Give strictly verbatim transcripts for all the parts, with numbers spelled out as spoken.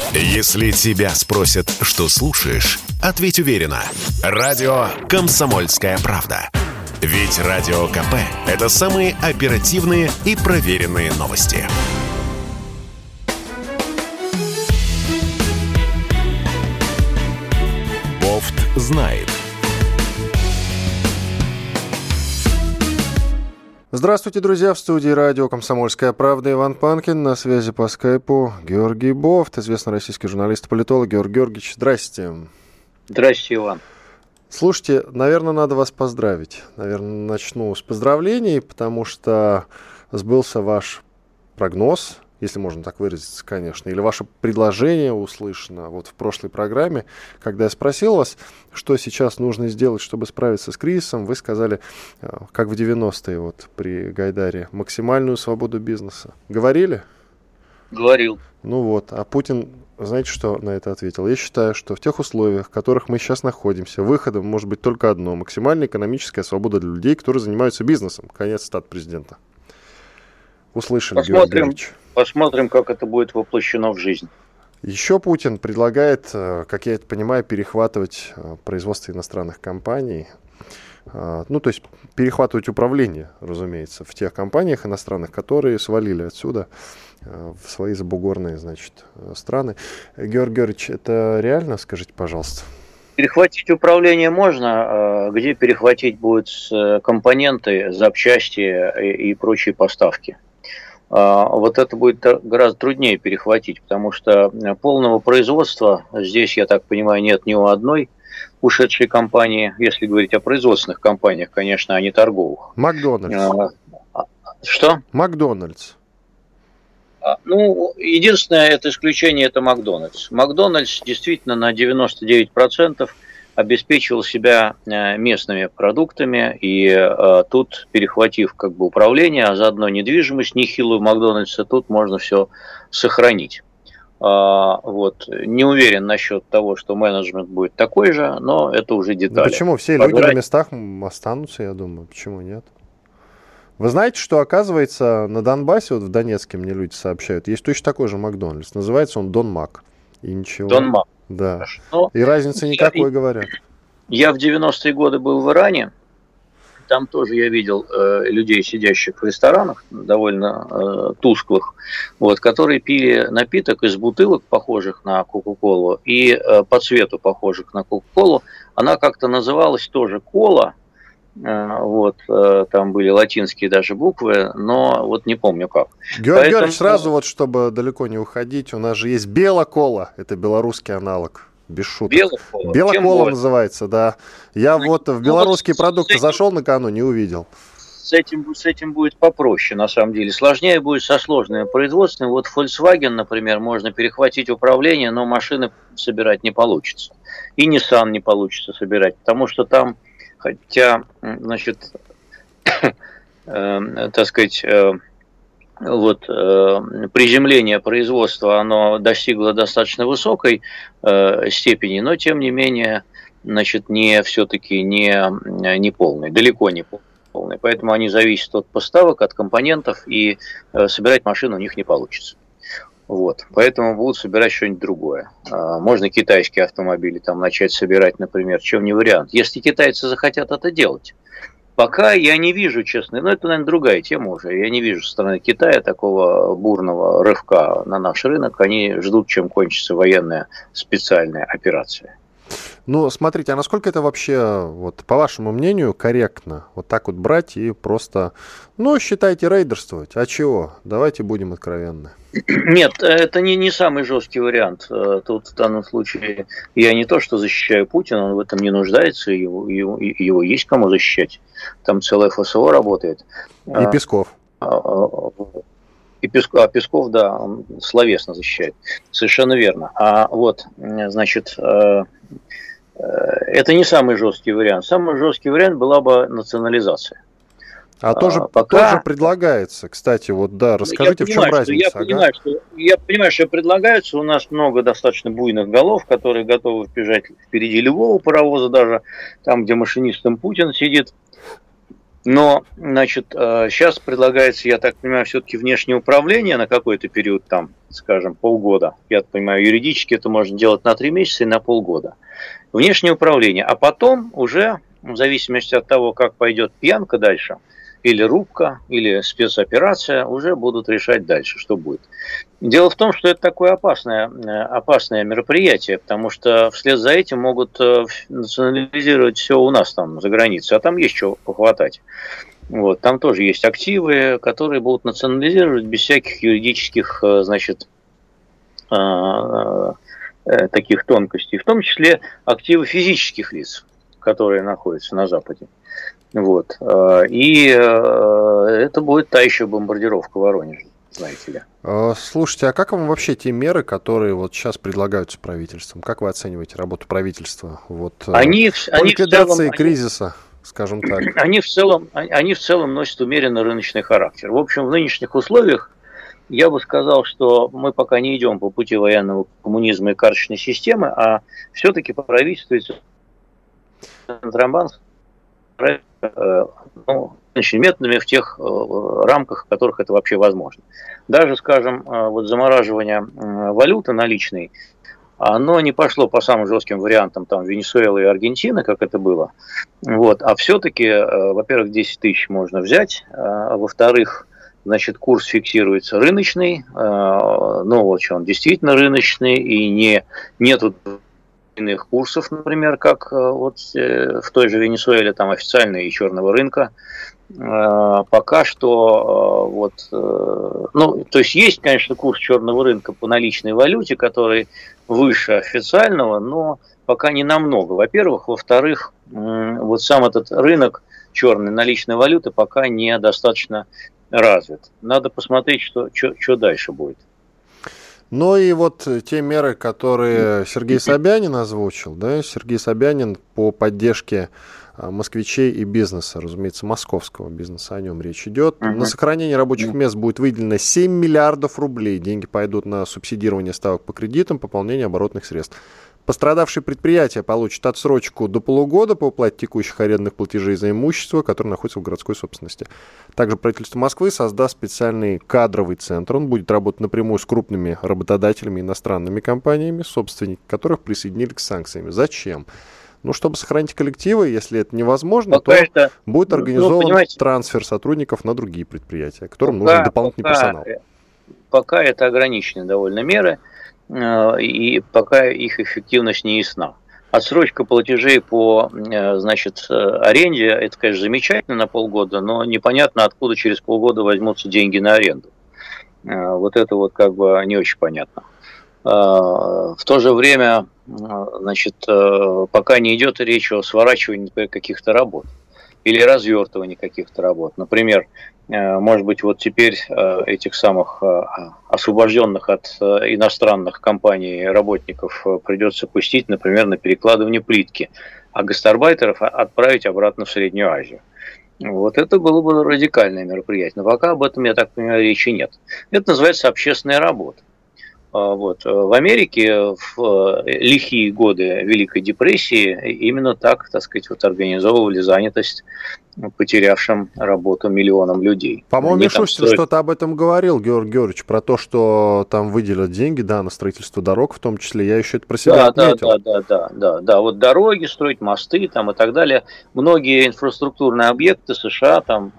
Если тебя спросят, что слушаешь, ответь уверенно. Радио «Комсомольская правда». Ведь Радио КП – это самые оперативные и проверенные новости. Бофт знает. Здравствуйте, друзья! В студии радио «Комсомольская правда» Иван Панкин. На связи по скайпу Георгий Бофт, известный российский журналист и политолог. Георгий Георгиевич, здрасте. Здрасте, Иван. Слушайте, наверное, надо вас поздравить. Наверное, начну с поздравлений, потому что сбылся ваш прогноз, если можно так выразиться, конечно, или ваше предложение услышано вот в прошлой программе, когда я спросил вас, что сейчас нужно сделать, чтобы справиться с кризисом, вы сказали, как в девяностые вот при Гайдаре, максимальную свободу бизнеса. Говорили? Говорил. Ну вот, а Путин, знаете, что на это ответил? Я считаю, что в тех условиях, в которых мы сейчас находимся, выходом может быть только одно: максимальная экономическая свобода для людей, которые занимаются бизнесом. Конец цитаты президента. Услышали, Георгий Георгиевич. Посмотрим, как это будет воплощено в жизнь. Еще Путин предлагает, как я это понимаю, перехватывать производство иностранных компаний. Ну, то есть перехватывать управление, разумеется, в тех компаниях иностранных, которые свалили отсюда в свои забугорные, значит, страны. Георгий Георгиевич, это реально, скажите, пожалуйста? Перехватить управление можно, где перехватить будут компоненты, запчасти и прочие поставки. Вот это будет гораздо труднее перехватить, потому что полного производства здесь, я так понимаю, нет ни у одной ушедшей компании, если говорить о производственных компаниях, конечно, а не торговых. Макдональдс. Что? Макдональдс. Ну, единственное это исключение – это Макдональдс. Макдональдс действительно на девяносто девять процентов обеспечивал себя местными продуктами, и а, тут, перехватив как бы управление, а заодно недвижимость нехилую Макдональдса, тут можно все сохранить. А, вот. Не уверен насчет того, что менеджмент будет такой же, но это уже детали. Да почему? Все люди Пожрать... на местах останутся, я думаю. Почему нет? Вы знаете, что, оказывается, на Донбассе, вот в Донецке мне люди сообщают, есть точно такой же Макдональдс. Называется он Дон Мак. И ничего. Дон Мак. Да. Но и разницы никакой, я, говорят. Я в девяностые годы был в Иране. Там тоже я видел э, людей, сидящих в ресторанах, довольно э, тусклых, вот, которые пили напиток из бутылок, похожих на Кока-Колу, и э, по цвету похожих на Кока-Колу. Она как-то называлась тоже кола. Вот, там были латинские даже буквы, но вот не помню как. Георгий Поэтому... Георгиевич, сразу вот, чтобы далеко не уходить, у нас же есть Белокола, это белорусский аналог, без шуток. Белокола? Белокола называется, да. Я ну, вот в белорусские ну, продукты этим... зашел накануне, не увидел. С этим, с этим будет попроще, на самом деле. Сложнее будет со сложными производствами. Вот Volkswagen, например, можно перехватить управление, но машины собирать не получится. И Nissan не получится собирать, потому что там Хотя, значит, э, так сказать, э, вот э, приземление производства, оно достигло достаточно высокой э, степени, но тем не менее, значит, не все-таки не, не полный, далеко не полный. Поэтому они зависят от поставок, от компонентов, и э, собирать машину у них не получится. Вот, поэтому будут собирать что-нибудь другое. Можно китайские автомобили там начать собирать, например, чем не вариант. Если китайцы захотят это делать. Пока я не вижу, честно, но это, наверное, другая тема уже. Я не вижу со стороны Китая такого бурного рывка на наш рынок. Они ждут, чем кончится военная специальная операция. Ну, смотрите, а насколько это вообще, вот, по вашему мнению, корректно? Вот так вот брать и просто, ну, считайте, рейдерствовать. А чего? Давайте будем откровенны. Нет, это не, не самый жесткий вариант. Тут в данном случае я не то, что защищаю Путина, он в этом не нуждается, его, его, его есть кому защищать. Там целое ФСО работает. И Песков. И Песков, а Песков, да, он словесно защищает. Совершенно верно. А вот, значит, это не самый жесткий вариант. Самый жесткий вариант была бы национализация. А, а тоже, пока... тоже предлагается, кстати, вот да, расскажите, в чем понимаю, разница. Я, ага. понимаю, что, я понимаю, что предлагается, у нас много достаточно буйных голов, которые готовы вбежать впереди любого паровоза, даже там, где машинистом Путин сидит. Но, значит, сейчас предлагается, я так понимаю, все-таки внешнее управление на какой-то период, там, скажем, полгода. Я так понимаю, юридически это можно делать на три месяца и на полгода. Внешнее управление. А потом уже, в зависимости от того, как пойдет пьянка дальше, или рубка, или спецоперация, уже будут решать дальше, что будет. Дело в том, что это такое опасное, опасное мероприятие, потому что вслед за этим могут национализировать все у нас там за границей, а там есть что похватать. Вот, там тоже есть активы, которые будут национализировать без всяких юридических, значит, таких тонкостей, в том числе активы физических лиц, которые находятся на Западе. Вот. И это будет та еще бомбардировка Воронежа, знаете ли. Слушайте, а как вам вообще те меры, которые вот сейчас предлагаются правительством? Как вы оцениваете работу правительства вот, они, по они ликвидации целом, кризиса, они, скажем так? Они в, целом, они в целом носят умеренно рыночный характер. В общем, в нынешних условиях я бы сказал, что мы пока не идем по пути военного коммунизма и карточной системы, а все-таки правительство и Центробанк ну, методами в тех э, рамках, в которых это вообще возможно. Даже, скажем, э, вот замораживание э, валюты наличной, оно не пошло по самым жестким вариантам там Венесуэлы и Аргентины, как это было. Вот. А все-таки, э, во-первых, десять тысяч можно взять, э, а во-вторых, значит, курс фиксируется рыночный, э, ну вот что он действительно рыночный, и не, нету иных курсов, например, как вот в той же Венесуэле, там официального и черного рынка. Пока что вот, ну, то есть есть, конечно, курс черного рынка по наличной валюте, который выше официального, но пока не намного. Во-первых, во-вторых, вот сам этот рынок черной наличной валюты пока недостаточно развит. Надо посмотреть, что, что, что дальше будет. Ну и вот те меры, которые Сергей Собянин озвучил, да, Сергей Собянин по поддержке москвичей и бизнеса, разумеется, московского бизнеса, о нем речь идет. Uh-huh. На сохранение рабочих мест будет выделено семь миллиардов рублей. Деньги пойдут на субсидирование ставок по кредитам, пополнение оборотных средств. Пострадавшие предприятия получат отсрочку до полугода по уплате текущих арендных платежей за имущество, которое находится в городской собственности. Также правительство Москвы создаст специальный кадровый центр. Он будет работать напрямую с крупными работодателями, иностранными компаниями, собственники которых присоединили к санкциям. Зачем? Ну, чтобы сохранить коллективы, если это невозможно, пока то это, будет организован ну, трансфер сотрудников на другие предприятия, которым пока, нужен дополнительный пока, персонал. Пока это ограниченные довольно меры. И пока их эффективность не ясна. Отсрочка платежей по, значит, аренде, это, конечно, замечательно на полгода, но непонятно, откуда через полгода возьмутся деньги на аренду. Вот это вот как бы не очень понятно. В то же время, значит, пока не идет речь о сворачивании каких-то работ или развертывании каких-то работ. Например, может быть, вот теперь этих самых освобожденных от иностранных компаний работников придется пустить, например, на перекладывание плитки, а гастарбайтеров отправить обратно в Среднюю Азию. Вот это было бы радикальное мероприятие. Но пока об этом, я так понимаю, речи нет. Это называется общественная работа. Вот. В Америке в лихие годы Великой депрессии именно так, так сказать, вот организовывали занятость потерявшим работу миллионам людей. По-моему, Мишустин строят... что-то об этом говорил, Георгий Георгиевич, про то, что там выделят деньги, да, на строительство дорог, в том числе. Я еще это про себя да, отметил. Да, да, да, да, да. Вот дороги строить, мосты там и так далее. Многие инфраструктурные объекты США, там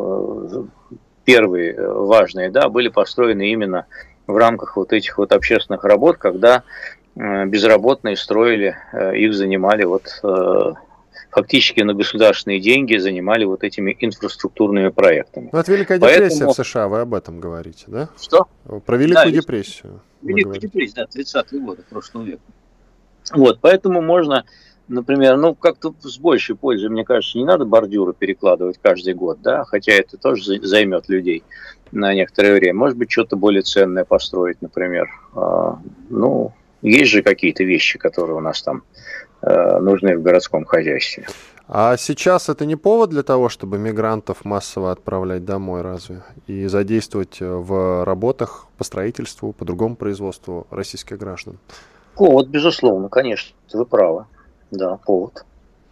первые важные, да, были построены именно в рамках вот этих вот общественных работ, когда безработные строили, их занимали вот фактически на государственные деньги занимали вот этими инфраструктурными проектами. Ну, это Великая депрессия Поэтому... в США, вы об этом говорите, да? Что? Про Великую да, депрессию. Великую депрессию, да, тридцатые годы прошлого века. Вот, поэтому можно, например, ну, как-то с большей пользой, мне кажется, не надо бордюры перекладывать каждый год, да, хотя это тоже займет людей на некоторое время. Может быть, что-то более ценное построить, например. Ну, есть же какие-то вещи, которые у нас там нужны в городском хозяйстве. А сейчас это не повод для того, чтобы мигрантов массово отправлять домой, разве? И задействовать в работах по строительству, по другому производству российских граждан? Повод, безусловно, конечно, вы правы. Да, повод.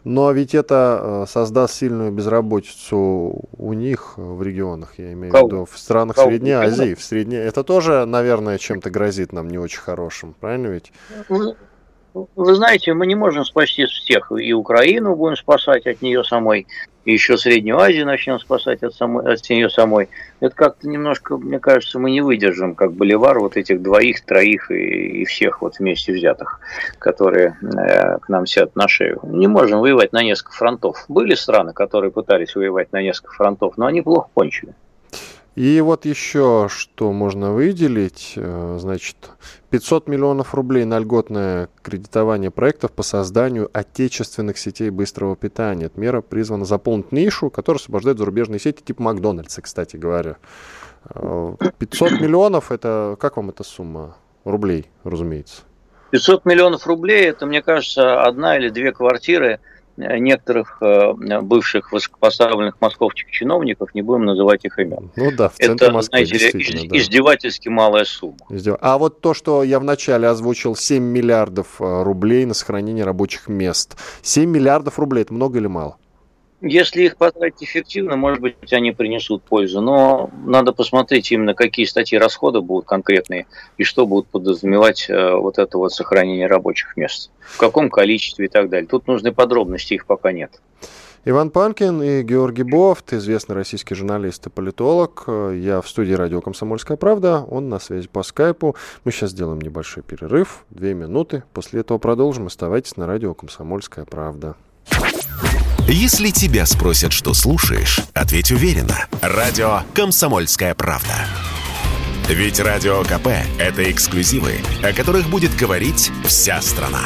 Но ведь это создаст сильную безработицу у них в регионах, я имею Кого? в виду в странах Кого? Средней Азии. В Средней... Это тоже, наверное, чем-то грозит нам не очень хорошим, правильно ведь? Вы, вы знаете, мы не можем спасти всех. И Украину будем спасать от нее самой, и еще Среднюю Азию начнем спасать от, самой, от нее самой. Это как-то немножко, мне кажется, мы не выдержим, как Боливар, вот этих двоих, троих и, и всех вот вместе взятых, которые э, к нам сядут на шею. Не можем воевать на несколько фронтов. Были страны, которые пытались воевать на несколько фронтов, но они плохо кончили. И вот еще что можно выделить, значит, пятьсот миллионов рублей на льготное кредитование проектов по созданию отечественных сетей быстрого питания. Эта мера призвана заполнить нишу, которая освобождает зарубежные сети типа Макдональдса, кстати говоря. пятьсот миллионов, это как вам эта сумма? Рублей, разумеется. пятьсот миллионов рублей, это, мне кажется, одна или две квартиры некоторых бывших высокопоставленных московских чиновников, не будем называть их имен. Ну да, в центре это, Москвы, знаете ли, да. издевательски малая сумма. А вот то, что я вначале озвучил, семь миллиардов рублей на сохранение рабочих мест. семь миллиардов рублей, это много или мало? Если их потратить эффективно, может быть, они принесут пользу, но надо посмотреть именно, какие статьи расхода будут конкретные и что будут подразумевать э, вот это вот сохранение рабочих мест, в каком количестве и так далее. Тут нужны подробности, их пока нет. Иван Панкин и Георгий Бофт, известный российский журналист и политолог. Я в студии радио «Комсомольская правда», он на связи по скайпу. Мы сейчас сделаем небольшой перерыв, две минуты. После этого продолжим. Оставайтесь на радио «Комсомольская правда». Если тебя спросят, что слушаешь, ответь уверенно. Радио «Комсомольская правда». Ведь Радио КП – это эксклюзивы, о которых будет говорить вся страна.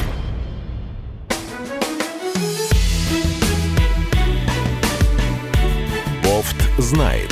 Бофт знает.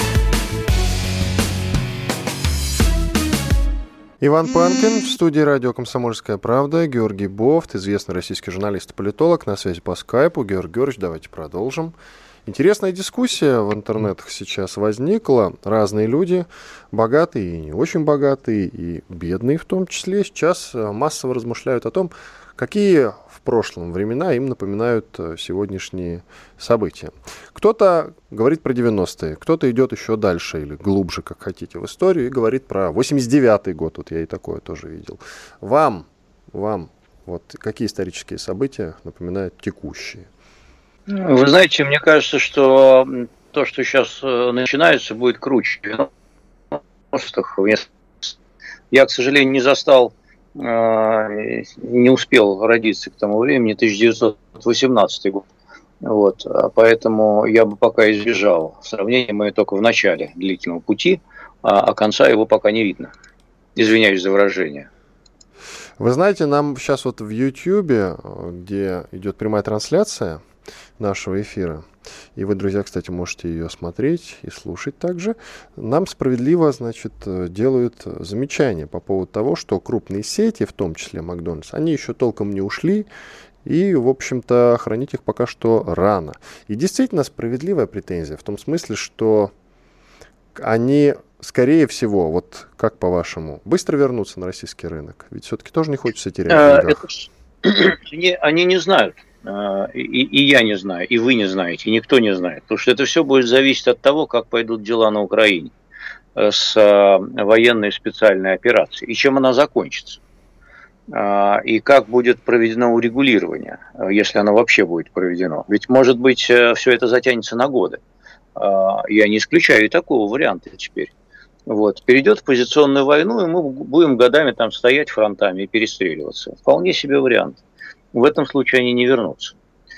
Иван Панкин в студии радио «Комсомольская правда», Георгий Бофт, известный российский журналист и политолог, на связи по скайпу. Георгий Георгиевич, давайте продолжим. Интересная дискуссия в интернетах сейчас возникла. Разные люди, богатые и не очень богатые, и бедные в том числе, сейчас массово размышляют о том, какие в прошлом времена им напоминают сегодняшние события. Кто-то говорит про девяностые, кто-то идет еще дальше или глубже, как хотите, в историю и говорит про восемьдесят девятый год. Вот я и такое тоже видел. Вам, вам вот какие исторические события напоминают текущие? Вы знаете, мне кажется, что то, что сейчас начинается, будет круче. Я, к сожалению, не застал, не успел родиться к тому времени, тысяча девятьсот восемнадцатый год. Вот, поэтому я бы пока избежал. Сравнение мы только в начале длительного пути, а конца его пока не видно. Извиняюсь за выражение. Вы знаете, нам сейчас вот в Ютьюбе, где идет прямая трансляция нашего эфира, и вы, друзья, кстати, можете ее смотреть и слушать также, нам справедливо, значит, делают замечания по поводу того, что крупные сети, в том числе Макдональдс, они еще толком не ушли, и, в общем-то, хранить их пока что рано. И действительно справедливая претензия в том смысле, что они, скорее всего, вот как по-вашему, быстро вернутся на российский рынок? Ведь все-таки тоже не хочется терять в деньгах. Они не знают. И, и я не знаю, и вы не знаете, и никто не знает. Потому что это все будет зависеть от того, как пойдут дела на Украине с военной специальной операцией, и чем она закончится. И как будет проведено урегулирование, если оно вообще будет проведено. Ведь, может быть, все это затянется на годы. Я не исключаю и такого варианта теперь. Вот. Перейдет в позиционную войну, и мы будем годами там стоять фронтами и перестреливаться. Вполне себе вариант. В этом случае они не вернутся.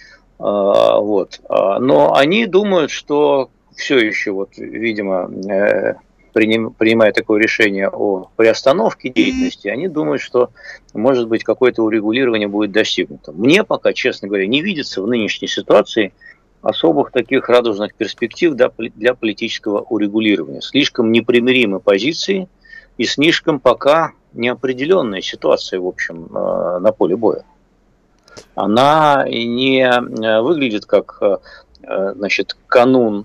Вот. Но они думают, что все еще, вот, видимо, принимая такое решение о приостановке деятельности, они думают, что, может быть, какое-то урегулирование будет достигнуто. Мне пока, честно говоря, не видится в нынешней ситуации особых таких радужных перспектив для политического урегулирования. Слишком непримиримы позиции и слишком пока неопределенная ситуация, в общем, на поле боя. Она не выглядит как, значит, канун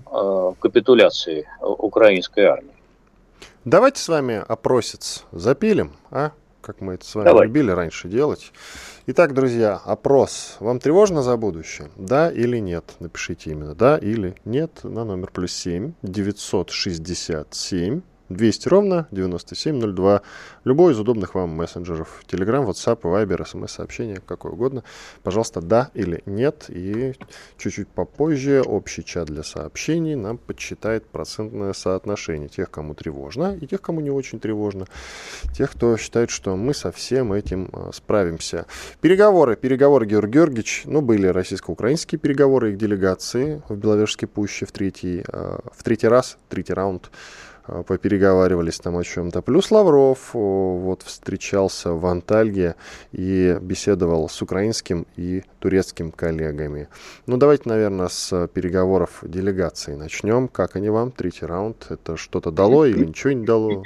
капитуляции украинской армии. Давайте с вами опросец запилим, а? как мы это с вами Давай. любили раньше делать. Итак, друзья, опрос. Вам тревожно за будущее? Да или нет? Напишите именно да или нет на номер плюс семь девятьсот шестьдесят семь двести ровно девяносто семь ноль два. Любой из удобных вам мессенджеров. Telegram, WhatsApp, Viber, смс-сообщение, какое угодно. Пожалуйста, да или нет. И чуть-чуть попозже общий чат для сообщений нам подсчитает процентное соотношение тех, кому тревожно, и тех, кому не очень тревожно. Тех, кто считает, что мы со всем этим а, справимся. Переговоры. Переговоры, Георгий Георгиевич. Ну, были российско-украинские переговоры, их делегации в Беловежской пуще в третий, а, в третий раз, третий раунд. Попереговаривались там о чем-то. Плюс Лавров вот встречался в Анталье и беседовал с украинским и турецким коллегами. Ну, давайте, наверное, с переговоров делегации начнем. Как они вам? Третий раунд. Это что-то дало или ничего не дало?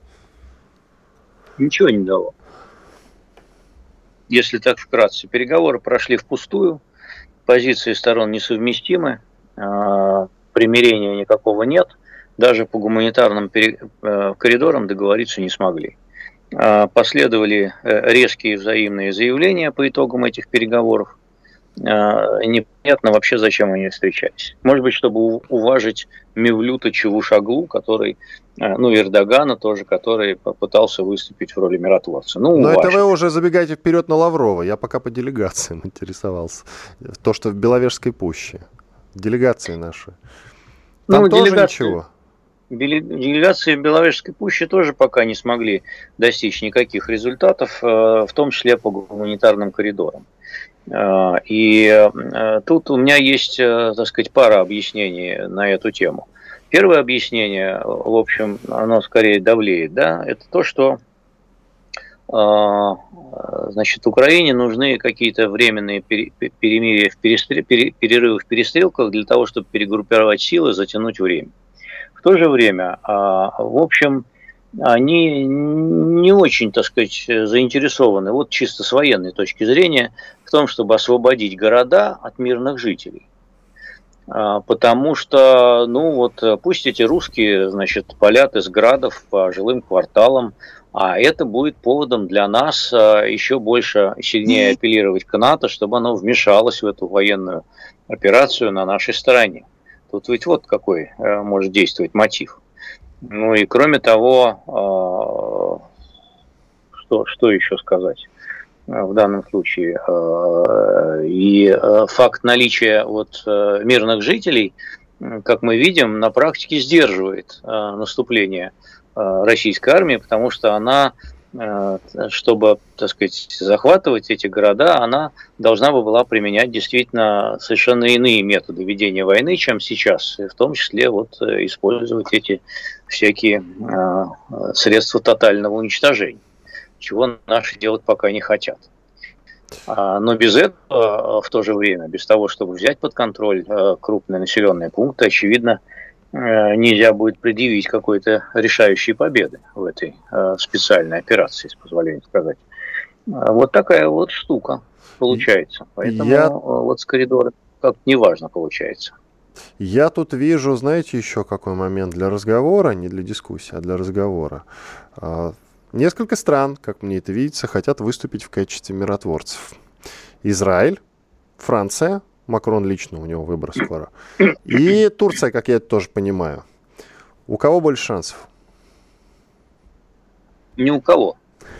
Ничего не дало. Если так вкратце. Переговоры прошли впустую. Позиции сторон несовместимы. Примирения никакого нет. Даже по гуманитарным коридорам договориться не смогли. Последовали резкие взаимные заявления по итогам этих переговоров. Непонятно вообще, зачем они встречались. Может быть, чтобы уважить Мевлюта Чавушоглу, который, ну, Эрдогана тоже, который попытался выступить в роли миротворца. Ну, Но это вы уже забегаете вперед на Лаврова. Я пока по делегациям интересовался. То, что в Беловежской пуще. Делегации наши. Там ну, тоже делегации... ничего. Делегации в Беловежской пуще тоже пока не смогли достичь никаких результатов, в том числе по гуманитарным коридорам. И тут у меня есть, так сказать, пара объяснений на эту тему. Первое объяснение, в общем, оно скорее давлеет, да, это то, что, значит, Украине нужны какие-то временные перемирия, в перестрел... перерывы в перестрелках для того, чтобы перегруппировать силы, затянуть время. В то же время, в общем, они не очень, так сказать, заинтересованы, вот чисто с военной точки зрения, в том, чтобы освободить города от мирных жителей. Потому что, ну вот, пусть эти русские, значит, палят из градов по жилым кварталам, а это будет поводом для нас еще больше, сильнее апеллировать к НАТО, чтобы оно вмешалось в эту военную операцию на нашей стороне. Тут ведь вот какой э, может действовать мотив. Ну и кроме того, э, что, что еще сказать э, в данном случае? Э, и э, факт наличия вот, э, мирных жителей, э, как мы видим, на практике сдерживает э, наступление э, российской армии, потому что она, э, чтобы, так сказать, захватывать эти города, она должна бы была применять действительно совершенно иные методы ведения войны, чем сейчас, и в том числе вот использовать эти всякие э, средства тотального уничтожения, чего наши делать пока не хотят. А, но без этого, в то же время, без того, чтобы взять под контроль э, крупные населенные пункты, очевидно, э, нельзя будет предъявить какой-то решающей победы в этой э, специальной операции, с позволения сказать. Вот такая вот штука получается. Поэтому Я... вот с коридора как-то неважно получается. Я тут вижу, знаете, еще какой момент для разговора, не для дискуссии, а для разговора. Несколько стран, как мне это видится, хотят выступить в качестве миротворцев. Израиль, Франция, Макрон лично, у него выбор скоро, и Турция, как я это тоже понимаю. У кого больше шансов? Ни у кого.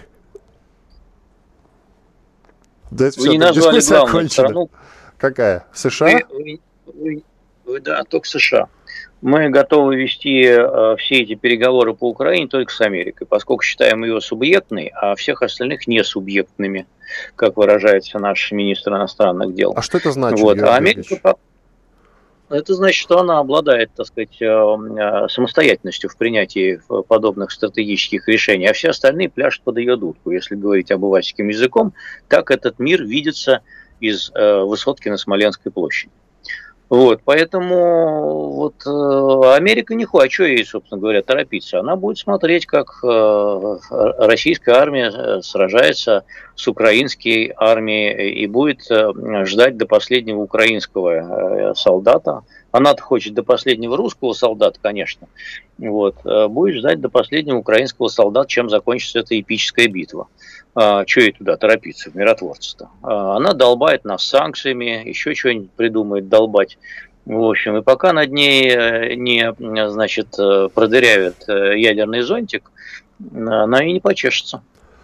Да, вы все, не назвали главную страну. Какая? США? Вы, вы, вы, да, только США. Мы готовы вести э, все эти переговоры по Украине только с Америкой, поскольку считаем ее субъектной, а всех остальных не субъектными, как выражается наш министр иностранных дел. А что это значит? Вот. А Америка, это значит, что она обладает, так сказать, самостоятельностью в принятии подобных стратегических решений, а все остальные пляшут под ее дудку. Если говорить обывательским языком, так этот мир видится из высотки на Смоленской площади. Вот, поэтому вот, Америка не хочет, а что ей, собственно говоря, торопиться? Она будет смотреть, как российская армия сражается с украинской армией и будет ждать до последнего украинского солдата, Она-то хочет до последнего русского солдата, конечно. Вот. Будет ждать до последнего украинского солдата, чем закончится эта эпическая битва. А, что ей туда торопиться, в миротворце-то? А, она долбает нас санкциями, еще что-нибудь придумает долбать. В общем, и пока над ней не, значит, продырявят ядерный зонтик, она и не почешется.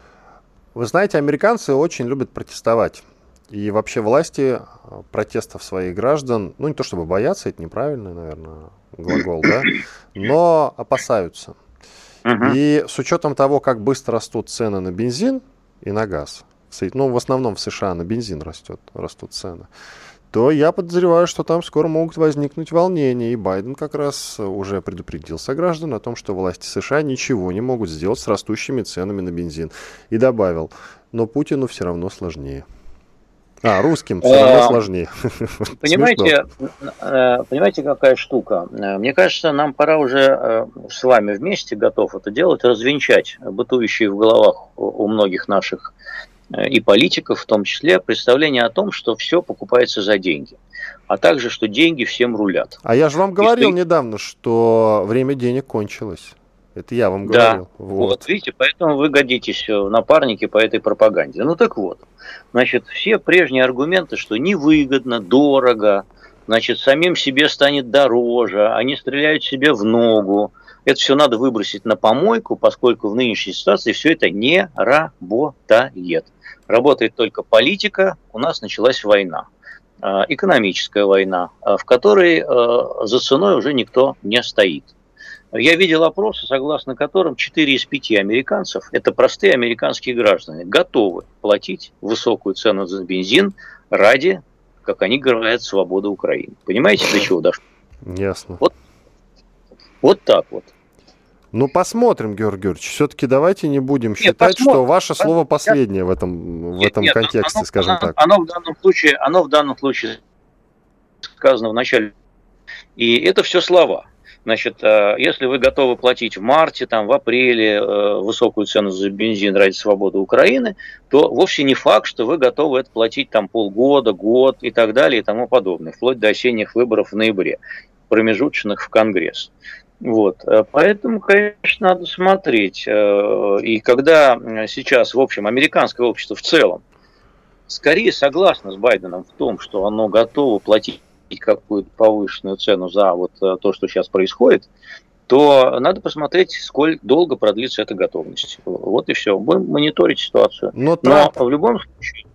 Вы знаете, американцы очень любят протестовать. И вообще власти протестов своих граждан, ну не то чтобы боятся, это неправильный, наверное, глагол, да, но опасаются. Uh-huh. И с учетом того, как быстро растут цены на бензин и на газ, ну в основном в США на бензин растет, растут цены, то я подозреваю, что там скоро могут возникнуть волнения. И Байден как раз уже предупредил сограждан о том, что власти США ничего не могут сделать с растущими ценами на бензин. И добавил, но Путину все равно сложнее. А, русским все равно сложнее. Понимаете, понимаете, какая штука? Мне кажется, нам пора уже с вами вместе, готов это делать, развенчать бытующие в головах у многих наших и политиков в том числе, представление о том, что все покупается за деньги, а также, что деньги всем рулят. А я же вам говорил что... недавно, что время денег кончилось. Это я вам говорил. Да, вот. вот, видите, поэтому вы годитесь в напарники по этой пропаганде. Ну так вот, значит, все прежние аргументы, что невыгодно, дорого, значит, самим себе станет дороже, они стреляют себе в ногу, это все надо выбросить на помойку, поскольку в нынешней ситуации все это не работает. Работает только политика, у нас началась война, экономическая война, в которой за ценой уже никто не стоит. Я видел опросы, согласно которым четыре из пяти американцев, это простые американские граждане, готовы платить высокую цену за бензин ради, как они говорят, свободы Украины. Понимаете, до чего дошло? Ясно. Вот, вот так вот. Ну, посмотрим, Георгий Георгиевич. Все-таки давайте не будем считать, нет, что ваше слово последнее в этом, в нет, этом нет, контексте, оно, скажем оно, так. Оно в данном случае, оно в данном случае сказано в начале. И это все слова. Значит, если вы готовы платить в марте, там, в апреле высокую цену за бензин ради свободы Украины, то вовсе не факт, что вы готовы это платить там полгода, год и так далее и тому подобное, вплоть до осенних выборов в ноябре, промежуточных в Конгресс. Вот. Поэтому, конечно, надо смотреть. И когда сейчас, в общем, американское общество в целом скорее согласно с Байденом в том, что оно готово платить какую-то повышенную цену за вот то, что сейчас происходит, то надо посмотреть, сколько долго продлится эта готовность. Вот и все. Будем мониторить ситуацию. Но, Но в любом случае,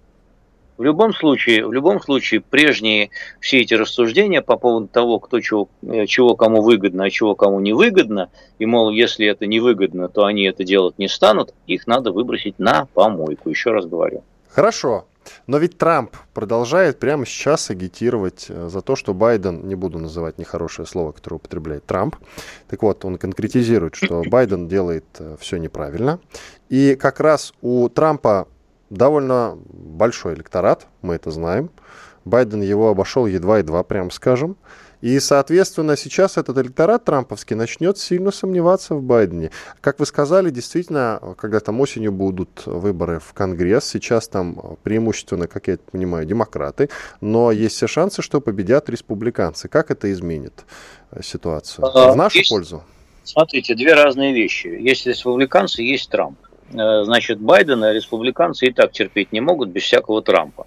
в любом случае, в любом случае, прежние все эти рассуждения по поводу того, кто чего, чего кому выгодно, а чего кому не выгодно, и, мол, если это не выгодно, то они это делать не станут, их надо выбросить на помойку, еще раз говорю. Хорошо. Но ведь Трамп продолжает прямо сейчас агитировать за то, что Байден, не буду называть нехорошее слово, которое употребляет Трамп, так вот, он конкретизирует, что Байден делает все неправильно. И как раз у Трампа довольно большой электорат, мы это знаем. Байден его обошел едва-едва, прямо скажем. И, соответственно, сейчас этот электорат трамповский начнет сильно сомневаться в Байдене. Как вы сказали, действительно, когда там осенью будут выборы в Конгресс, сейчас там преимущественно, как я это понимаю, демократы, но есть все шансы, что победят республиканцы. Как это изменит ситуацию? В нашу есть, пользу? Смотрите, две разные вещи. Есть республиканцы, есть Трамп. Значит, Байдена республиканцы и так терпеть не могут без всякого Трампа.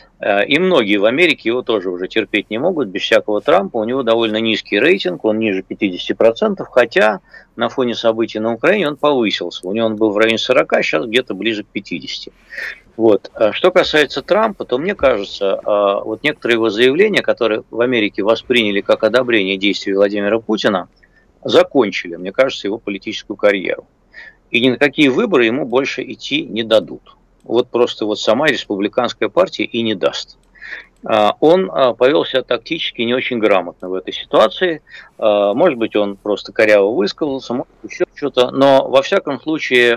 И многие в Америке его тоже уже терпеть не могут без всякого Трампа. У него довольно низкий рейтинг, он ниже пятьдесят процентов, хотя на фоне событий на Украине он повысился. У него он был в районе сорока, сейчас где-то ближе к пятидесяти. Вот. Что касается Трампа, то мне кажется, вот некоторые его заявления, которые в Америке восприняли как одобрение действий Владимира Путина, закончили, мне кажется, его политическую карьеру. И ни на какие выборы ему больше идти не дадут. Вот просто вот сама республиканская партия и не даст. Он повел себя тактически не очень грамотно в этой ситуации. Может быть, он просто коряво высказался, может быть, еще что-то. Но, во всяком случае,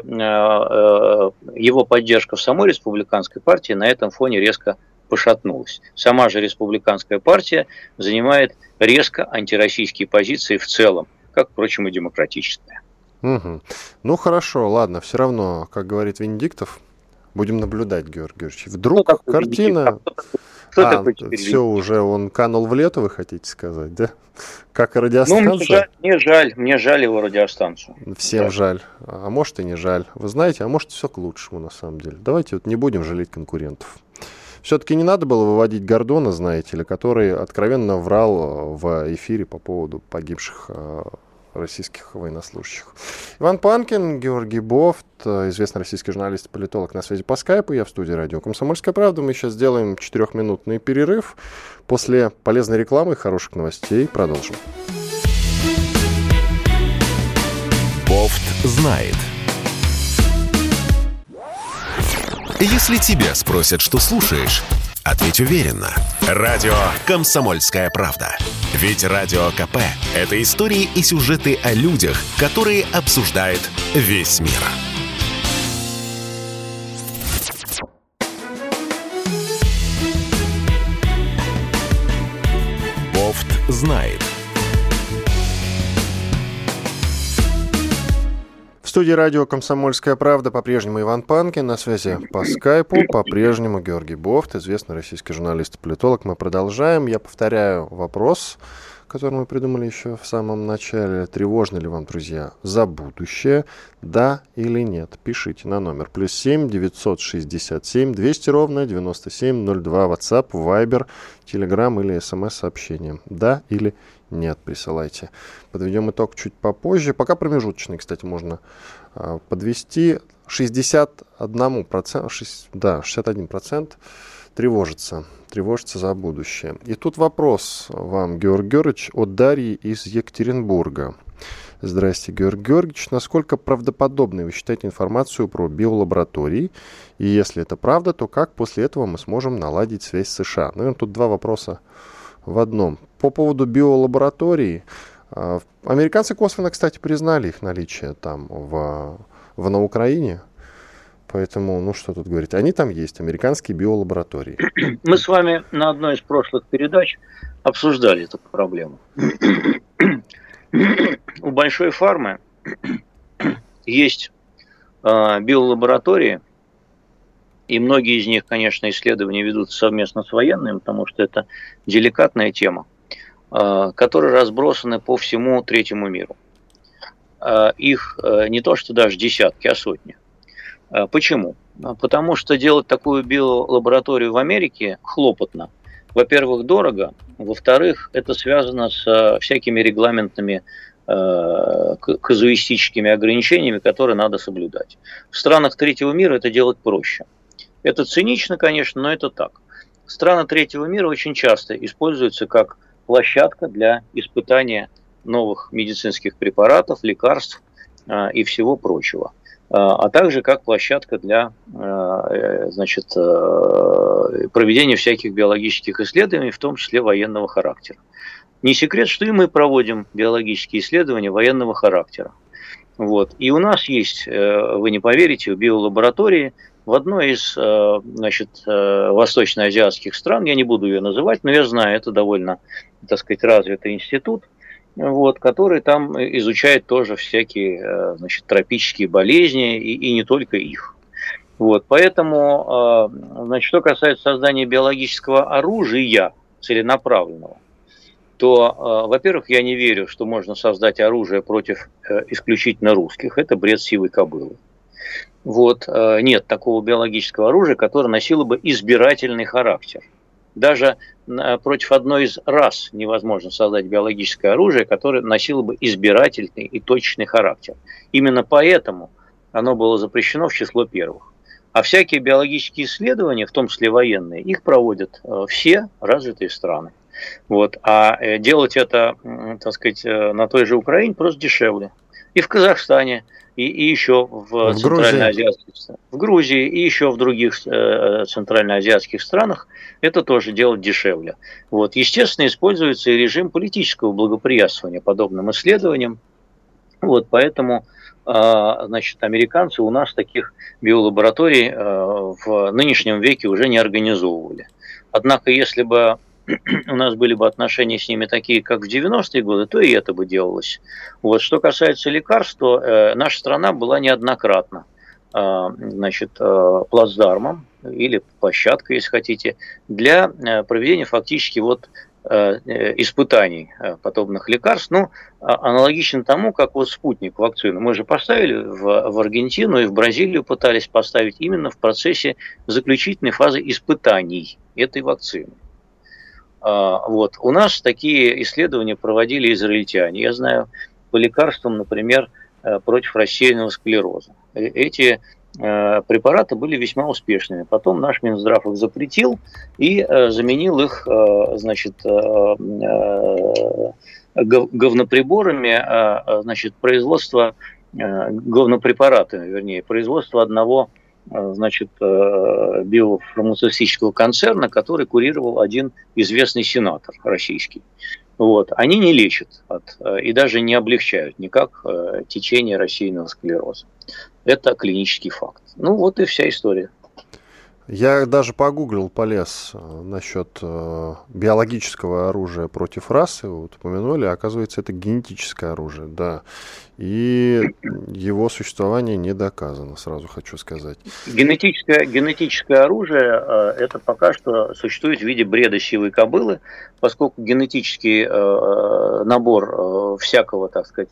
его поддержка в самой республиканской партии на этом фоне резко пошатнулась. Сама же республиканская партия занимает резко антироссийские позиции в целом, как, впрочем, и демократическая. Угу. Ну, хорошо, ладно. Все равно, как говорит Венедиктов, будем наблюдать, Георгий Георгиевич. Вдруг ну, картина, Кто а, такой теперь все, великий? уже он канул в лету, вы хотите сказать, да? Как и радиостанция? Ну, мне жаль, мне жаль, мне жаль его радиостанцию. Всем Да. жаль. А может и не жаль. Вы знаете, а может все к лучшему на самом деле. Давайте вот не будем жалеть конкурентов. Все-таки не надо было выводить Гордона, знаете ли, который откровенно врал в эфире по поводу погибших российских военнослужащих. Иван Панкин, Георгий Бофт, известный российский журналист и политолог, на связи по скайпу. Я в студии радио «Комсомольская правда». Мы сейчас сделаем четырехминутный перерыв. После полезной рекламы и хороших новостей продолжим. Бофт знает. Если тебя спросят, что слушаешь, ответь уверенно. Радио «Комсомольская правда». Ведь Радио КП – это истории и сюжеты о людях, которые обсуждает весь мир. Бофт знает. В студии радио «Комсомольская правда» по-прежнему Иван Панкин, на связи по скайпу по-прежнему Георгий Бофт, известный российский журналист и политолог. Мы продолжаем. Я повторяю вопрос, который мы придумали еще в самом начале. Тревожно ли вам, друзья, за будущее? Да или нет? Пишите на номер плюс семь девятьсот шестьдесят семь двести ровно девяносто семь ноль два. WhatsApp, Viber, Telegram или смс-сообщение. Да или нет, присылайте. Подведем итог чуть попозже. Пока промежуточный, кстати, можно э, подвести. шестьдесят один процент, шесть, да, шестьдесят один процент тревожится. Тревожится за будущее. И тут вопрос вам, Георгий Георгиевич, от Дарьи из Екатеринбурга. Здрасте, Георгий Георгиевич. Насколько правдоподобной вы считаете информацию про биолаборатории? И если это правда, то как после этого мы сможем наладить связь с США? Наверное, тут два вопроса в одном. По поводу биолабораторий. Американцы косвенно, кстати, признали их наличие там в, в, на Украине. Поэтому, ну что тут говорить, они там есть, американские биолаборатории. Мы с вами на одной из прошлых передач обсуждали эту проблему. У большой фармы есть э, биолаборатории, и многие из них, конечно, исследования ведутся совместно с военными, потому что это деликатная тема, э, которые разбросаны по всему третьему миру. Э, их э, не то что даже десятки, а сотни. Почему? Потому что делать такую биолабораторию в Америке хлопотно. Во-первых, дорого. Во-вторых, это связано с всякими регламентными э, казуистическими ограничениями, которые надо соблюдать. В странах третьего мира это делать проще. Это цинично, конечно, но это так. Страны третьего мира очень часто используются как площадка для испытания новых медицинских препаратов, лекарств э, и всего прочего. А также как площадка для, значит, проведения всяких биологических исследований, в том числе военного характера. Не секрет, что и мы проводим биологические исследования военного характера. Вот. И у нас есть, вы не поверите, в биолаборатории в одной из, значит, восточноазиатских стран, я не буду ее называть, но я знаю, это довольно, так сказать, развитый институт, вот, который там изучает тоже всякие, значит, тропические болезни и, и не только их. Вот, поэтому, значит, что касается создания биологического оружия целенаправленного, то, во-первых, я не верю, что можно создать оружие против исключительно русских. Это бред сивой кобылы. Вот, нет такого биологического оружия, которое носило бы избирательный характер. Даже против одной из рас невозможно создать биологическое оружие, которое носило бы избирательный и точечный характер. Именно поэтому оно было запрещено в число первых. А всякие биологические исследования, в том числе военные, их проводят все развитые страны. Вот. А делать это, так сказать, на той же Украине просто дешевле. И в Казахстане, и, и еще в, в центральноазиатских странах, в Грузии и еще в других э, центральноазиатских странах это тоже делать дешевле. Вот. Естественно, используется и режим политического благоприятствования подобным исследованиям. Вот, поэтому, э, значит, американцы у нас таких биолабораторий э, в нынешнем веке уже не организовывали. Однако, если бы у нас были бы отношения с ними такие, как в девяностые годы, то и это бы делалось. Вот. Что касается лекарств, то э, наша страна была неоднократно э, значит, э, плацдармом или площадка, если хотите, для проведения фактически вот испытаний подобных лекарств, ну, аналогично тому, как вот спутник вакцину. Мы же поставили в, в Аргентину и в Бразилию пытались поставить именно в процессе заключительной фазы испытаний этой вакцины. Вот. У нас такие исследования проводили израильтяне. Я знаю, по лекарствам, например, против рассеянного склероза. Эти препараты были весьма успешными. Потом наш Минздрав их запретил и заменил их, значит, говноприборами, значит, производства, говнопрепаратами, вернее, производства одного, значит, биофармацевтического концерна, который курировал один известный сенатор российский. Вот. Они не лечат от, и даже не облегчают никак течение рассеянного склероза. Это клинический факт. Ну вот и вся история. Я даже погуглил, полез насчет э, биологического оружия против расы, вот упомянули, оказывается, это генетическое оружие, да, и его существование не доказано, сразу хочу сказать. Генетическое, генетическое оружие э, это пока что существует в виде бреда сивой кобылы, поскольку генетический э, набор э, всякого, так сказать,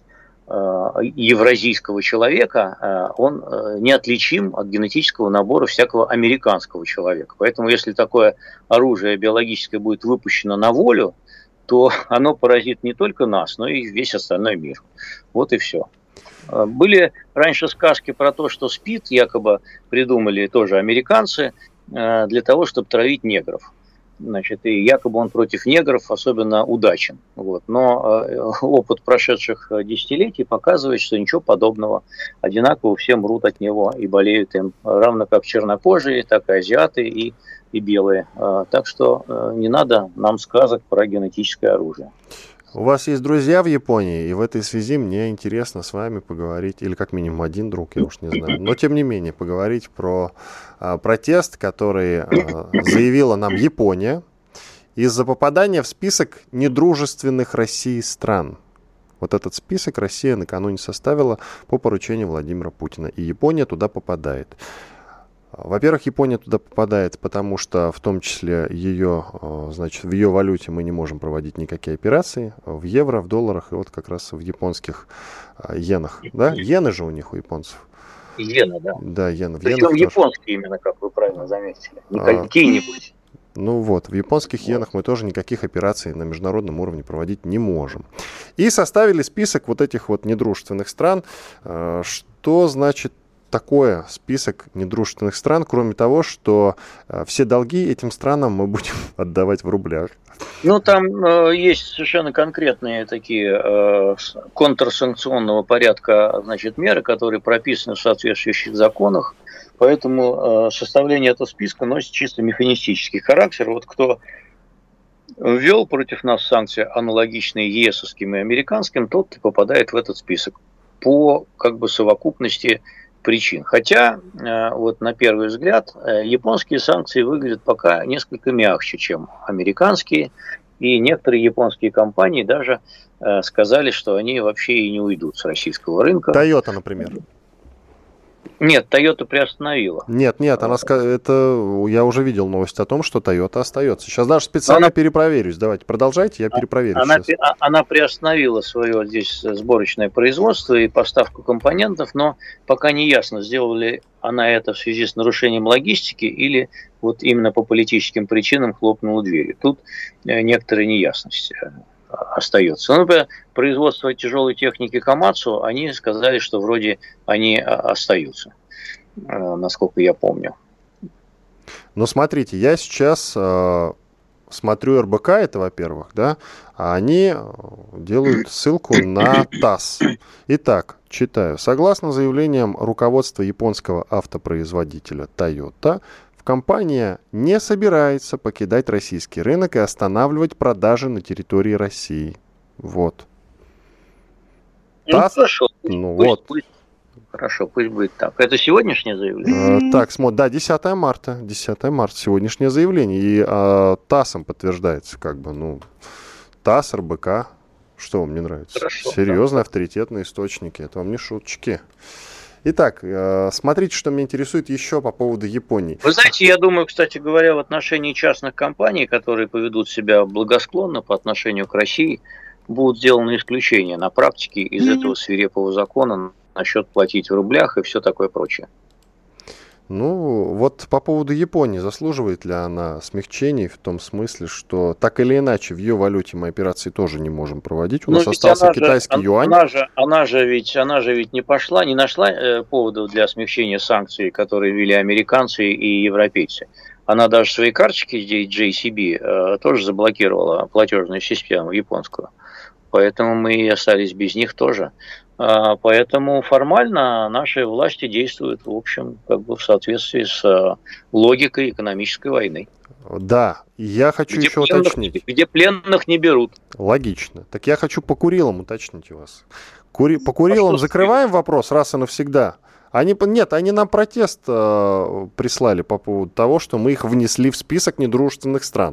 евразийского человека, он неотличим от генетического набора всякого американского человека. Поэтому, если такое оружие биологическое будет выпущено на волю, то оно поразит не только нас, но и весь остальной мир. Вот и все. Были раньше сказки про то, что СПИД якобы придумали тоже американцы для того, чтобы травить негров. Значит, и якобы он против негров особенно удачен. Вот. Но э, опыт прошедших десятилетий показывает, что ничего подобного. Одинаково все мрут от него и болеют им, равно как чернокожие, так и азиаты и, и белые. Э, так что э, не надо нам сказок про генетическое оружие. У вас есть друзья в Японии, и в этой связи мне интересно с вами поговорить, или как минимум один друг, я уж не знаю, но тем не менее поговорить про а, протест, который а, заявила нам Япония из-за попадания в список недружественных России стран. Вот этот список Россия накануне составила по поручению Владимира Путина, и Япония туда попадает. Во-первых, Япония туда попадает, потому что в том числе ее, значит, в ее валюте мы не можем проводить никакие операции, в евро, в долларах и вот как раз в японских йенах. Да? Йены же у них, у японцев. Иены, да. Да, йены. Причем японские именно, как вы правильно заметили, не какие-нибудь. Ну вот, в японских йенах мы тоже никаких операций на международном уровне проводить не можем. И составили список вот этих вот недружественных стран. Что значит такое список недружественных стран, кроме того, что э, все долги этим странам мы будем отдавать в рублях? Ну, там э, есть совершенно конкретные такие э, контрсанкционного порядка, значит, меры, которые прописаны в соответствующих законах, поэтому э, составление этого списка носит чисто механистический характер. Вот кто ввел против нас санкции, аналогичные ЕСовским и американским, тот попадает в этот список по как бы совокупности причин. Хотя, вот на первый взгляд, японские санкции выглядят пока несколько мягче, чем американские, и некоторые японские компании даже сказали, что они вообще и не уйдут с российского рынка. Toyota, например. Нет, Toyota приостановила. Нет, нет, она это я уже видел новость о том, что Toyota остается. Сейчас даже специально она... перепроверюсь. Давайте, продолжайте, я перепроверю. Она, она приостановила свое здесь сборочное производство и поставку компонентов, но пока не ясно, сделала ли она это в связи с нарушением логистики или вот именно по политическим причинам хлопнула дверью. Тут некоторая неясность остается. Ну, например, производство тяжелой техники Камацу, они сказали, что вроде они остаются, насколько я помню. Ну, смотрите, я сейчас э, смотрю эр бэ ка, это, во-первых, да, а они делают ссылку на ТАСС. Итак, читаю. Согласно заявлениям руководства японского автопроизводителя Toyota, компания не собирается покидать российский рынок и останавливать продажи на территории России. Вот. Ну, ТАСС, хорошо. Ну, пусть, вот. Пусть, хорошо, пусть будет так. Это сегодняшнее заявление? Э, так, смотри, да, десятое марта. десятое марта, сегодняшнее заявление. И э, ТАССом подтверждается, как бы, ну, ТАСС, эр бэ ка. Что вам не нравится? Хорошо, серьезные, да. авторитетные источники. Это вам не шуточки. Итак, смотрите, что меня интересует еще по поводу Японии. Вы знаете, я думаю, кстати говоря, в отношении частных компаний, которые поведут себя благосклонно по отношению к России, будут сделаны исключения на практике из mm-hmm. этого свирепого закона насчет платить в рублях и все такое прочее. Ну, вот по поводу Японии, заслуживает ли она смягчений в том смысле, что так или иначе в ее валюте мы операции тоже не можем проводить? У Но нас остался китайский же, юань. Она же, она, же ведь, она же ведь не пошла, не нашла э, поводов для смягчения санкций, которые ввели американцы и европейцы. Она даже свои карточки здесь, джей си би, э, тоже заблокировала платежную систему японскую. Поэтому мы и остались без них тоже. Поэтому формально наши власти действуют, в общем, как бы в соответствии с логикой экономической войны. Да, я хочу где еще пленных, уточнить. Где пленных не берут. Логично. Так я хочу по Курилам уточнить у вас. Кури... По Курилам а закрываем вопрос раз и навсегда? Они, нет, они нам протест э, прислали по поводу того, что мы их внесли в список недружественных стран.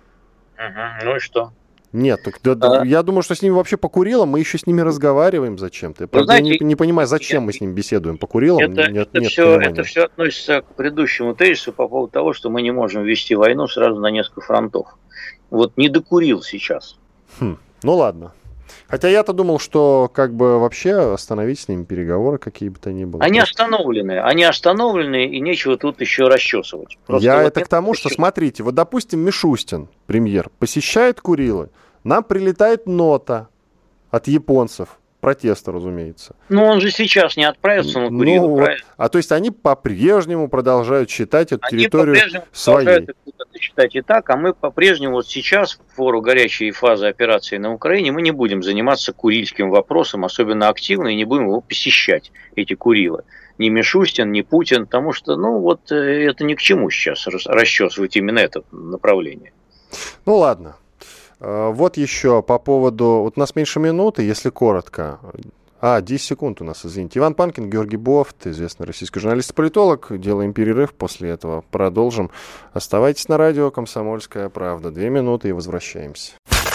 Угу. Ну и что? Нет, так, да, а? Я думаю, что с ними вообще по Курилам, мы еще с ними разговариваем зачем-то. Правда, знаете, я не, не понимаю, зачем я, мы с ними беседуем по Курилам. Это, нет, это, нет все, это все относится к предыдущему тезису по поводу того, что мы не можем вести войну сразу на несколько фронтов. Вот не до Курил сейчас. Хм, ну ладно. Хотя я-то думал, что как бы вообще остановить с ними переговоры какие бы то ни было. Они остановлены, они остановлены, и нечего тут еще расчесывать. Просто я вот это к тому, что, смотрите, вот, допустим, Мишустин, премьер, посещает Курилы, нам прилетает нота от японцев, протеста, разумеется. Ну, он же сейчас не отправится на Курилы, ну, правильно? А то есть они по-прежнему продолжают считать эту они территорию своей. Они по-прежнему продолжают считать и так, а мы по-прежнему вот сейчас, в пору горячей фазы операции на Украине, мы не будем заниматься курильским вопросом особенно активно и не будем его посещать, эти Курилы. Ни Мишустин, ни Путин, потому что, ну, вот это ни к чему сейчас расчесывать именно это направление. Ну, ладно. Вот еще по поводу... Вот у нас меньше минуты, если коротко. А, десять секунд у нас, извините. Иван Панкин, Георгий Бофт, известный российский журналист и политолог. Делаем перерыв, после этого продолжим. Оставайтесь на радио «Комсомольская правда». Две минуты и возвращаемся.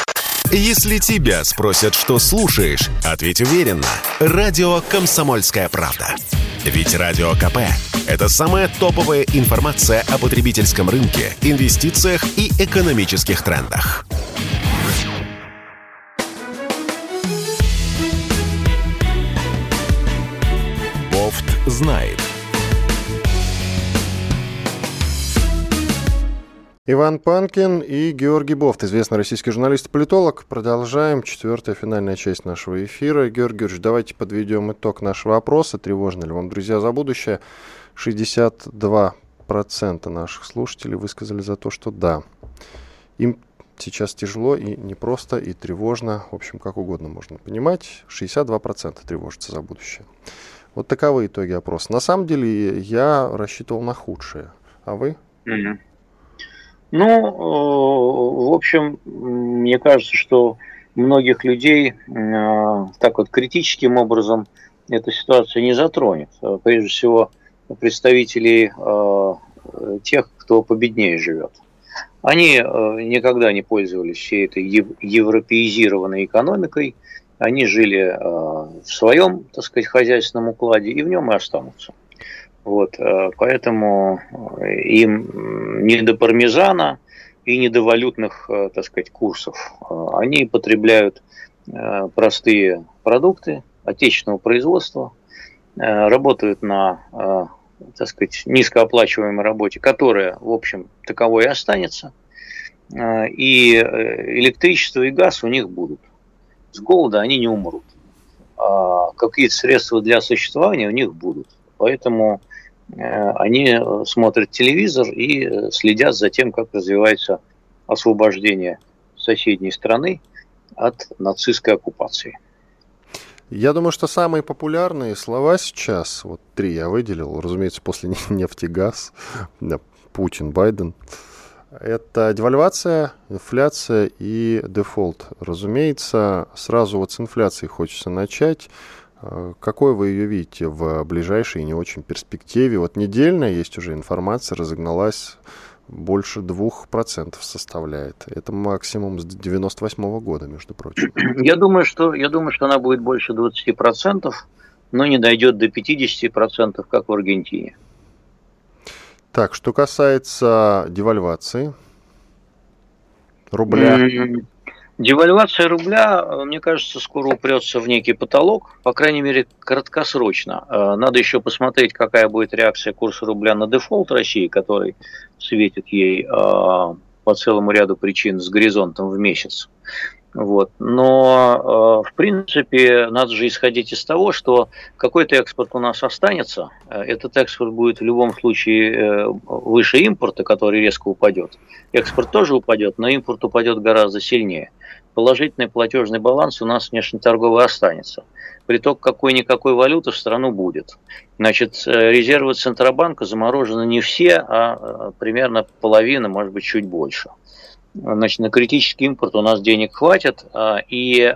Если тебя спросят, что слушаешь, ответь уверенно. Радио «Комсомольская правда». Ведь Радио КП – это самая топовая информация о потребительском рынке, инвестициях и экономических трендах. Бофт знает. Иван Панкин и Георгий Бофт, известный российский журналист и политолог. Продолжаем. Четвертая финальная часть нашего эфира. Георгий Георгиевич, давайте подведем итог нашего опроса. Тревожно ли вам, друзья, за будущее? шестьдесят два процента наших слушателей высказали за то, что да. Им сейчас тяжело и непросто, и тревожно. В общем, как угодно можно понимать. шестьдесят два процента тревожатся за будущее. Вот таковы итоги опроса. На самом деле я рассчитывал на худшее. А вы? Mm-hmm. Ну, в общем, мне кажется, что многих людей так вот критическим образом эта ситуация не затронет. Прежде всего, представителей тех, кто победнее живет. Они никогда не пользовались всей этой европеизированной экономикой. Они жили в своем, так сказать, хозяйственном укладе и в нем и останутся. Вот, поэтому им не до пармезана и не до валютных, так сказать, курсов. Они потребляют простые продукты отечественного производства, работают на, так сказать, низкооплачиваемой работе, которая, в общем, таковой и останется. И электричество и газ у них будут. С голода они не умрут. А какие-то средства для существования у них будут. Поэтому они смотрят телевизор и следят за тем, как развивается освобождение соседней страны от нацистской оккупации. Я думаю, что самые популярные слова сейчас, вот три я выделил, разумеется, после нефти, газ, Путин, Байден, это девальвация, инфляция и дефолт. Разумеется, сразу вот с инфляцией хочется начать. Какой вы ее видите в ближайшей и не очень перспективе? Вот недельная есть уже информация, разогналась, больше двух процентов составляет. Это максимум с девяносто восьмого года, между прочим. Я думаю, что, я думаю, что она будет больше двадцати процентов. но не дойдет до пятьдесят процентов, как в Аргентине. Так, что касается девальвации рубля. Mm-hmm. Девальвация рубля, мне кажется, скоро упрется в некий потолок, по крайней мере, краткосрочно. Надо еще посмотреть, какая будет реакция курса рубля на дефолт России, который светит ей по целому ряду причин с горизонтом в месяц. Вот. Но, в принципе, надо же исходить из того, что какой-то экспорт у нас останется. Этот экспорт будет в любом случае выше импорта, который резко упадет. Экспорт тоже упадет, но импорт упадет гораздо сильнее. Положительный платежный баланс у нас внешнеторговый останется. Приток какой-никакой валюты в страну будет. Значит, резервы Центробанка заморожены не все, а примерно половина, может быть, чуть больше. Значит, на критический импорт у нас денег хватит, и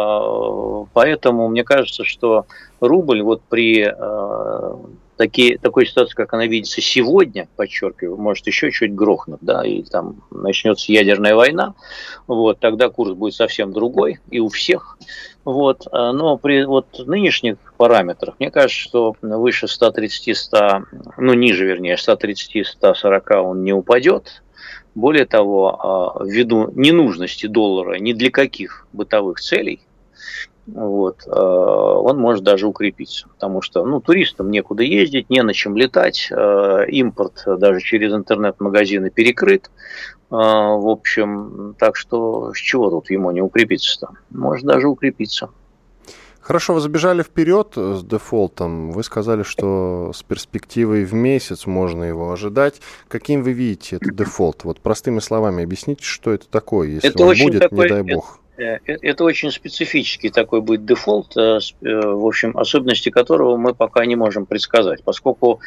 поэтому мне кажется, что рубль вот при такие, такой ситуации, как она видится сегодня, подчеркиваю, может еще чуть грохнуть, да, и там начнется ядерная война, вот, тогда курс будет совсем другой и у всех. Вот, но при вот нынешних параметрах, мне кажется, что выше ста тридцати - ста, ну ниже, вернее, ста тридцати - ста сорока он не упадет. Более того, ввиду ненужности доллара ни для каких бытовых целей, вот, он может даже укрепиться. Потому что ну, туристам некуда ездить, не на чем летать, импорт даже через интернет-магазины перекрыт. В общем, так что с чего тут ему не укрепиться-то? Может даже укрепиться. Хорошо, вы забежали вперед с дефолтом. Вы сказали, что с перспективой в месяц можно его ожидать. Каким вы видите этот дефолт? Вот простыми словами объясните, что это такое, если это он будет, такой, не дай бог. Это, это очень специфический такой будет дефолт, в общем, особенности которого мы пока не можем предсказать, поскольку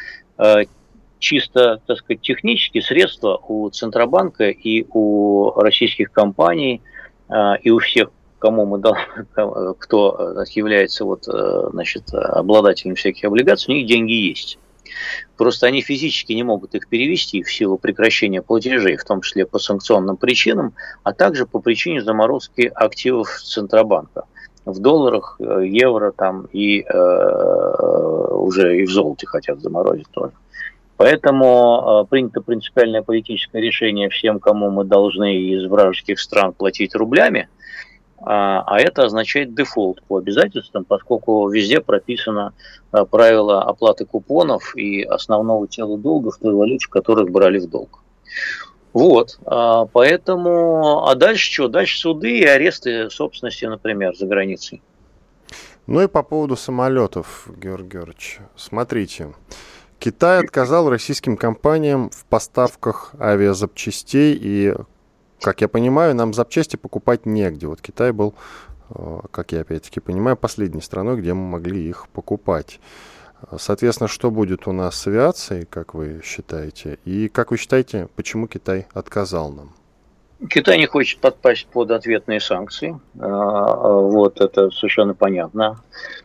чисто, так сказать, технические средства у Центробанка и у российских компаний, и у всех, кому мы дал, кто является вот, значит, обладателем всяких облигаций, у них деньги есть. Просто они физически не могут их перевести в силу прекращения платежей, в том числе по санкционным причинам, а также по причине заморозки активов Центробанка в долларах, евро там, и э, уже и в золоте хотят заморозить тоже. Поэтому э, принято принципиальное политическое решение всем, кому мы должны из вражеских стран платить рублями, а это означает дефолт по обязательствам, поскольку везде прописано правило оплаты купонов и основного тела долга в той валюте, в которых брали в долг. Вот, поэтому, а дальше что? Дальше суды и аресты собственности, например, за границей. Ну и по поводу самолетов, Георгий Георгиевич, смотрите. Китай отказал российским компаниям в поставках авиазапчастей и, как я понимаю, нам запчасти покупать негде. Вот Китай был, как я опять-таки понимаю, последней страной, где мы могли их покупать. Соответственно, что будет у нас с авиацией, как вы считаете? И как вы считаете, почему Китай отказал нам? Китай не хочет подпасть под ответные санкции. Вот, это совершенно понятно.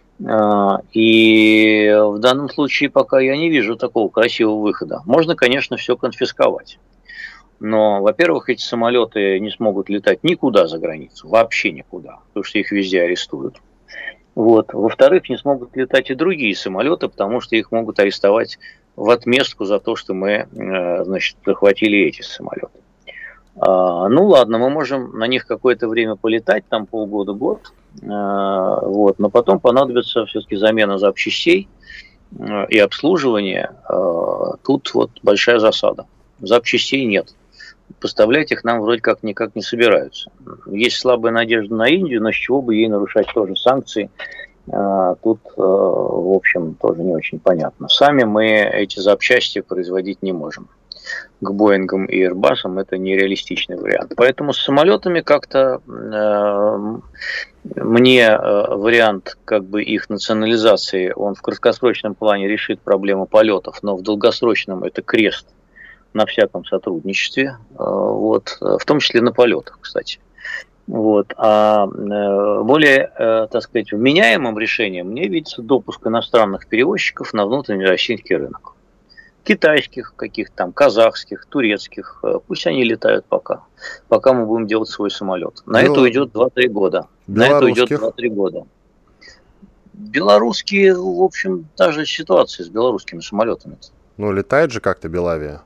И в данном случае пока я не вижу такого красивого выхода. Можно, конечно, все конфисковать. Но, во-первых, эти самолеты не смогут летать никуда за границу, вообще никуда, потому что их везде арестуют. Вот. Во-вторых, не смогут летать и другие самолеты, потому что их могут арестовать в отместку за то, что мы, значит, захватили эти самолеты. А, ну ладно, мы можем на них какое-то время полетать, там полгода-год, а, вот, но потом понадобится все-таки замена запчастей а, и обслуживание. А, тут вот большая засада. Запчастей нет. Поставлять их нам вроде как никак не собираются. Есть слабая надежда на Индию, но с чего бы ей нарушать тоже санкции, тут, в общем, тоже не очень понятно. Сами мы эти запчасти производить не можем. К Боингам и Airbus'ам это нереалистичный вариант. Поэтому с самолетами как-то мне вариант как бы их национализации, он в краткосрочном плане решит проблему полетов, но в долгосрочном это крест на всяком сотрудничестве, вот, в том числе на полетах, кстати. Вот. А более, так сказать, вменяемым решением мне видится допуск иностранных перевозчиков на внутренний российский рынок. Китайских, каких-то там, казахских, турецких, пусть они летают пока, пока мы будем делать свой самолет. На Бел... это уйдет два-три года. На это уйдет два-три года. Белорусские, в общем, та же ситуация с белорусскими самолетами. Ну, летает же как-то Белавия.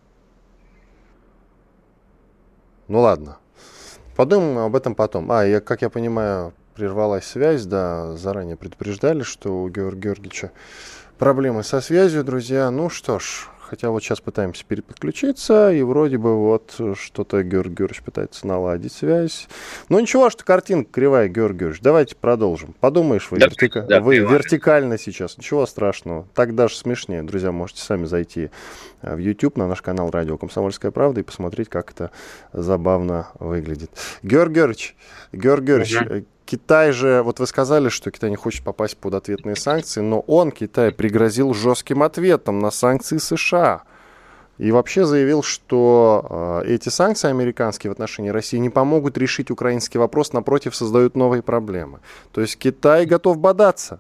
Ну, ладно. Подумаем об этом потом. А, я, как я понимаю, прервалась связь, да, заранее предупреждали, что у Георгия Георгиевича проблемы со связью, друзья. Ну что ж, хотя вот сейчас пытаемся переподключиться, и вроде бы вот что-то Георгий Георгиевич пытается наладить связь. Ну ничего, что картинка кривая, Георгий Георгиевич. Давайте продолжим. Подумаешь, вы, да, вертика... да, вы вертикально сейчас. Ничего страшного. Так даже смешнее. Друзья, можете сами зайти в YouTube на наш канал «Радио Комсомольская правда» и посмотреть, как это забавно выглядит. Георгий Георгиевич, Георгий Георгиевич, угу. Китай же, вот вы сказали, что Китай не хочет попасть под ответные санкции, но он, Китай, пригрозил жестким ответом на санкции США. И вообще заявил, что э, эти санкции американские в отношении России не помогут решить украинский вопрос, напротив, создают новые проблемы. То есть Китай готов бодаться?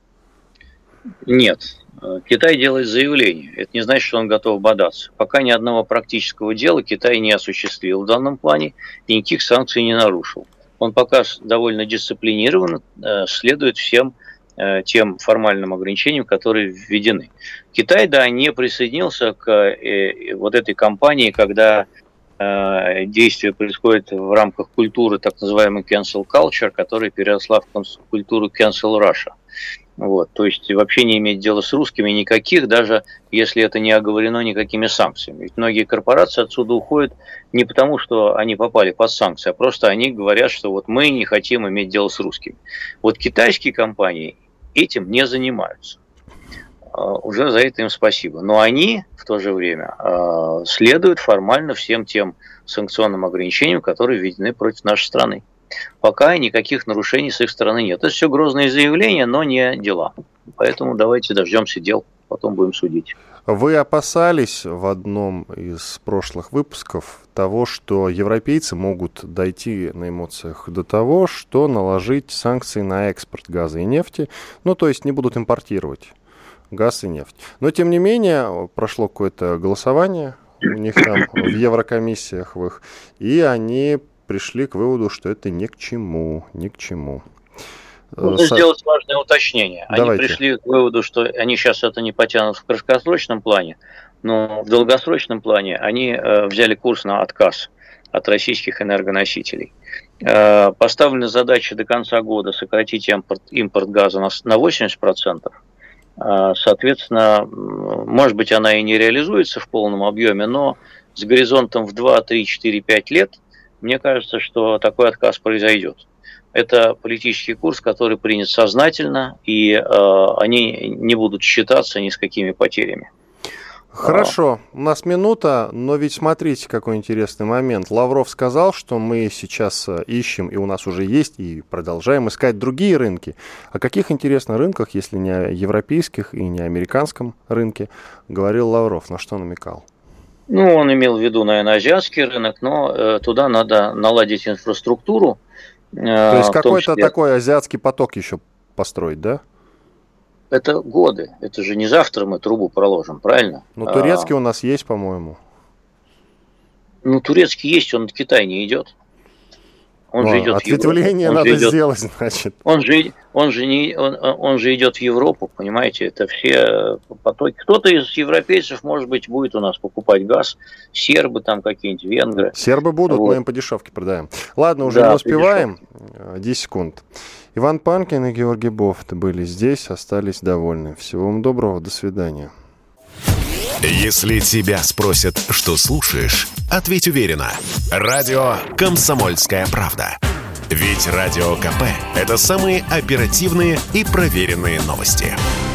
Нет. Китай делает заявление. Это не значит, что он готов бодаться. Пока ни одного практического дела Китай не осуществил в данном плане и никаких санкций не нарушил. Он пока довольно дисциплинированно следует всем тем формальным ограничениям, которые введены. Китай, да, не присоединился к вот этой кампании, когда действие происходит в рамках культуры, так называемой cancel culture, которая переросла в культуру cancel Russia. Вот, то есть вообще не иметь дела с русскими никаких, даже если это не оговорено никакими санкциями. Ведь многие корпорации отсюда уходят не потому, что они попали под санкции, а просто они говорят, что вот мы не хотим иметь дело с русскими. Вот китайские компании этим не занимаются. Уже за это им спасибо. Но они в то же время следуют формально всем тем санкционным ограничениям, которые введены против нашей страны. Пока никаких нарушений с их стороны нет. Это все грозные заявления, но не дела. Поэтому давайте дождемся дел, потом будем судить. Вы опасались в одном из прошлых выпусков того, что европейцы могут дойти на эмоциях до того, что наложить санкции на экспорт газа и нефти, ну то есть не будут импортировать газ и нефть. Но тем не менее прошло какое-то голосование у них там в еврокомиссиях в их, и они пришли к выводу, что это ни к чему, ни к чему. Нужно Со... сделать важное уточнение. Они Давайте. пришли к выводу, что они сейчас это не потянут в краткосрочном плане, но в долгосрочном плане они э, взяли курс на отказ от российских энергоносителей. Э, поставлена задача до конца года сократить импорт, импорт газа на, на восемьдесят процентов. Э, соответственно, может быть, она и не реализуется в полном объеме, но с горизонтом в два, три, четыре, пять лет мне кажется, что такой отказ произойдет. Это политический курс, который принят сознательно, и э, они не будут считаться ни с какими потерями. Хорошо, у нас минута, но ведь смотрите, какой интересный момент. Лавров сказал, что мы сейчас ищем, и у нас уже есть, и продолжаем искать другие рынки. О каких интересных рынках, если не о европейских и не о американском рынке, говорил Лавров, на что намекал? Ну, он имел в виду, наверное, азиатский рынок, но э, туда надо наладить инфраструктуру. Э, То есть какой-то числе... такой азиатский поток еще построить, да? Это годы. Это же не завтра мы трубу проложим, правильно? Ну, турецкий а... у нас есть, по-моему. Ну, турецкий есть, он в Китай не идет. Он ну, же идет ответвление в надо идет... сделать, значит. Он же, он, же не, он, он же идет в Европу, понимаете, это все потоки. Кто-то из европейцев, может быть, будет у нас покупать газ, сербы там какие-нибудь, венгры. Сербы будут, вот. Мы им по дешевке продаем. Ладно, уже да, не успеваем, десять секунд. Иван Панкин и Георгий Бофт были здесь, остались довольны. Всего вам доброго, до свидания. Если тебя спросят, что слушаешь, ответь уверенно. Радио «Комсомольская правда». Ведь Радио КП – это самые оперативные и проверенные новости.